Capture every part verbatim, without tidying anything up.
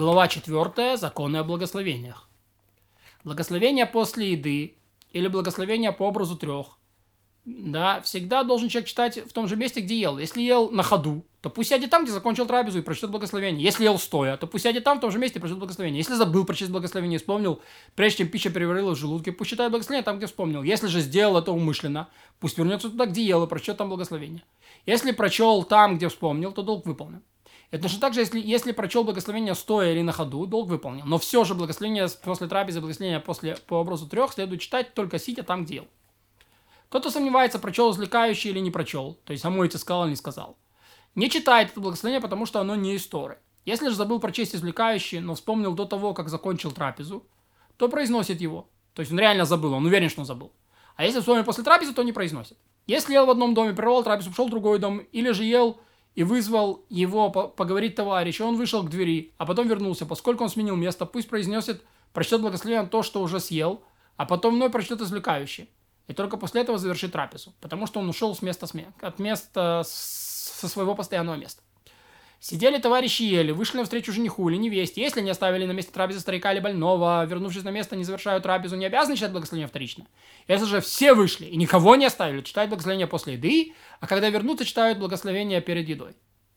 Глава четвертая. Законы о благословениях. Благословение после еды или благословение по образу трех. Да, всегда должен человек читать в том же месте, где ел. Если ел на ходу, то пусть сядет там, где закончил трапезу и прочтет благословение. Если ел стоя, то пусть сядет там, в том же месте и прочтет благословение. Если забыл прочесть благословение и вспомнил, прежде чем пища переварилась в желудке, пусть читает благословение там, где вспомнил. Если же сделал это умышленно, пусть вернется туда, где ел, и прочтет там благословение. Если прочел там, где вспомнил, то долг выполнен. Это точно так же, если, если прочел благословение стоя или на ходу, долг выполнен. Но все же благословение после трапезы, благословение после, по образу трех следует читать только сидя там, где ел. Кто-то сомневается, прочел извлекающий или не прочел, то есть омоется, сказал или не сказал. Не читает это благословение, потому что оно не из Торы. Если же забыл прочесть извлекающий, но вспомнил до того, как закончил трапезу, то произносит его. То есть он реально забыл, он уверен, что он забыл. А если вспомнил после трапезы, то не произносит. Если ел в одном доме, прервал трапезу, пошел в другой дом, или же ел и вызвал его поговорить товарищ, и он вышел к двери, а потом вернулся, поскольку он сменил место, пусть произнесет, прочтет благословение то, что уже съел, а потом вновь прочтет извлекающий. И только после этого завершит трапезу, потому что он ушел с места, от места со своего постоянного места. Сидели товарищи ели, вышли навстречу жениху или невесте. Если они оставили на месте трапезы старика или больного, вернувшись на место, не завершают трапезу, не обязаны читать благословение вторично. Если же все вышли и никого не оставили, читают благословение после еды, а когда вернутся, читают благословение перед едой.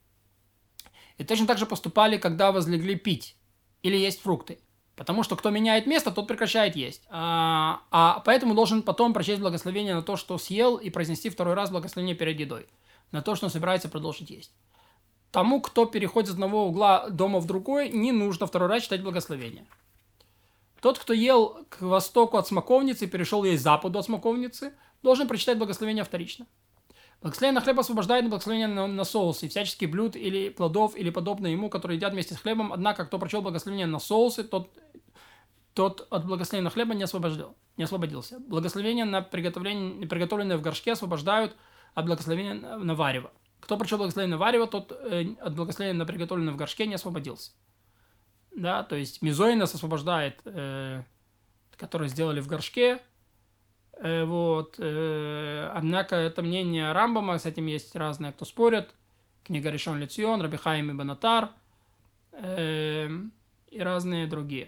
И точно так же поступали, когда возлегли пить или есть фрукты. Потому что кто меняет место, тот прекращает есть. А, а поэтому должен потом прочесть благословение на то, что съел, и произнести второй раз благословение перед едой. На то, что он собирается продолжить есть. Тому, кто переходит с одного угла дома в другой, не нужно второй раз читать благословение. Тот, кто ел к востоку от смоковницы и перешел есть к западу от смоковницы, должен прочитать благословение вторично. Благословение на хлеб освобождает благословение на, на соусы, всяческих блюд или плодов, или подобное ему, которые едят вместе с хлебом. Однако, кто прочел благословение на соусы, тот, тот от благословения на хлеба не, освобождал, не освободился. Благословение на приготовление, приготовленное в горшке, освобождают от благословения на варево. Кто прочел благословение на варево, тот э, от благословения на приготовленное в горшке не освободился. Да, то есть мизой нас освобождает, э, который сделали в горшке. Э, вот, э, однако это мнение Рамбама, с этим есть разные, кто спорят. Книга Ришон Лецион, Раби Хаим ибн Атар э, и разные другие.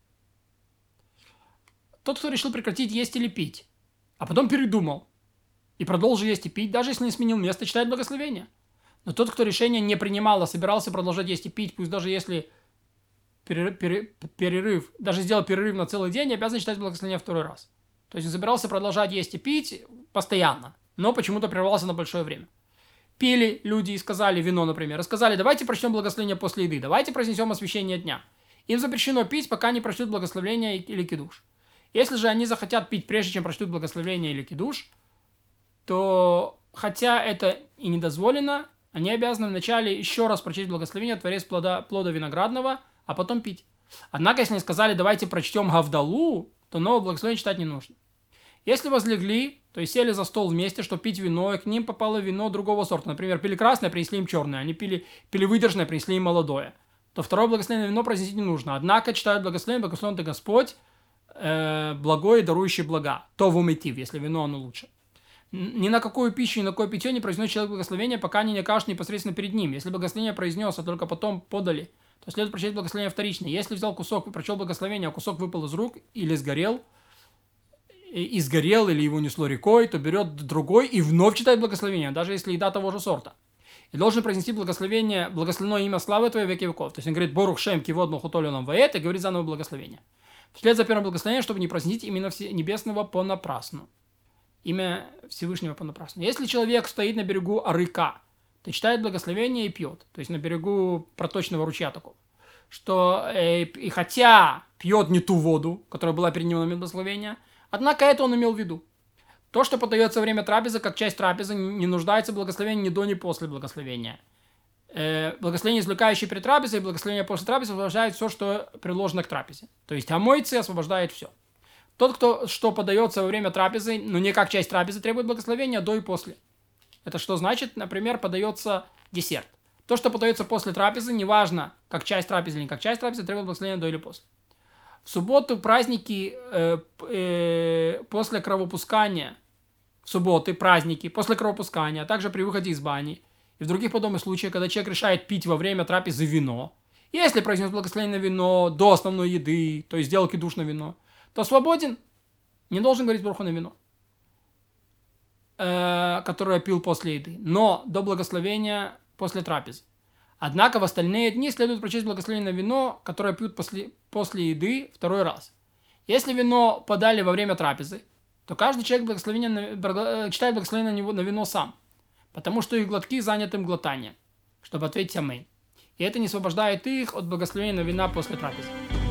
Тот, кто решил прекратить есть или пить, а потом передумал и продолжил есть и пить, даже если не сменил место, читает благословение. Но тот, кто решение не принимал, а собирался продолжать есть и пить, пусть даже если перерыв, перерыв даже сделал перерыв на целый день, обязан читать благословение второй раз. То есть он собирался продолжать есть и пить постоянно, но почему-то прервался на большое время. Пили люди и сказали, вино, например, и сказали, давайте прочтем благословение после еды, давайте произнесем освящение дня. Им запрещено пить, пока не прочтут благословение или кидуш. Если же они захотят пить, прежде чем прочтут благословение или кидуш, то, хотя это и не дозволено, они обязаны вначале еще раз прочесть благословение Творец плода, плода виноградного, а потом пить. Однако, если они сказали, давайте прочтем Гавдалу, то новое благословение читать не нужно. Если возлегли, то есть сели за стол вместе, чтобы пить вино, и к ним попало вино другого сорта. Например, пили красное, принесли им черное, они пили, пили выдержанное, принесли им молодое. То второе благословение вино произнести не нужно. Однако читают благословение, благословен ты Господь, э, благой и дарующий блага. То в умитив, если вино, оно лучше. Ни на какую пищу, ни на какое питье не произносит человек благословение, пока они не окажут непосредственно перед ним. Если благословение произнес, а только потом подали, то следует прочесть благословение вторично. Если взял кусок и прочел благословение, а кусок выпал из рук или сгорел, и сгорел, или его несло рекой, то берет другой и вновь читает благословение, даже если еда того же сорта. И должен произнести благословение, благословенное имя славы твоей веки веков. То есть он говорит, Борух Шем кивод махутолюнам ваэт, и говорит заново благословение. Вслед за первым благословением, чтобы не произнести именно небесного понапрасну. Имя Всевышнего понапрасну. Если человек стоит на берегу Арыка, то читает благословение и пьет. То есть на берегу проточного ручья такого. Что, э, и хотя пьет не ту воду, которая была перед ним на момент благословения, однако это он имел в виду. То, что подается во время трапезы, как часть трапезы, не нуждается в благословении ни до, ни после благословения. Э, благословение, извлекающее перед трапезой, и благословение после трапезы освобождает все, что приложено к трапезе. То есть омойцы освобождает все. Тот, кто, что подается во время трапезы, но не как часть трапезы, требует благословения до и после. Это что значит? Например, подается десерт. То, что подается после трапезы, неважно, как часть трапезы или не как часть трапезы, требует благословения до или после. В субботу праздники э, э, после кровопускания, в субботы праздники после кровопускания, а также при выходе из бани и в других подобных случаях, когда человек решает пить во время трапезы вино, Если произнес благословение на вино до основной еды, то есть сделал кидуш на вино, то свободен, не должен говорить браху на вино, э, которое пил после еды, но до благословения после трапезы. Однако в остальные дни следует прочесть благословение на вино, которое пьют после, после еды второй раз. Если вино подали во время трапезы, то каждый человек благословение на, читает благословение на, него, на вино сам, потому что их глотки заняты им глотанием, чтобы ответить аминь. И это не освобождает их от благословения на вина после трапезы.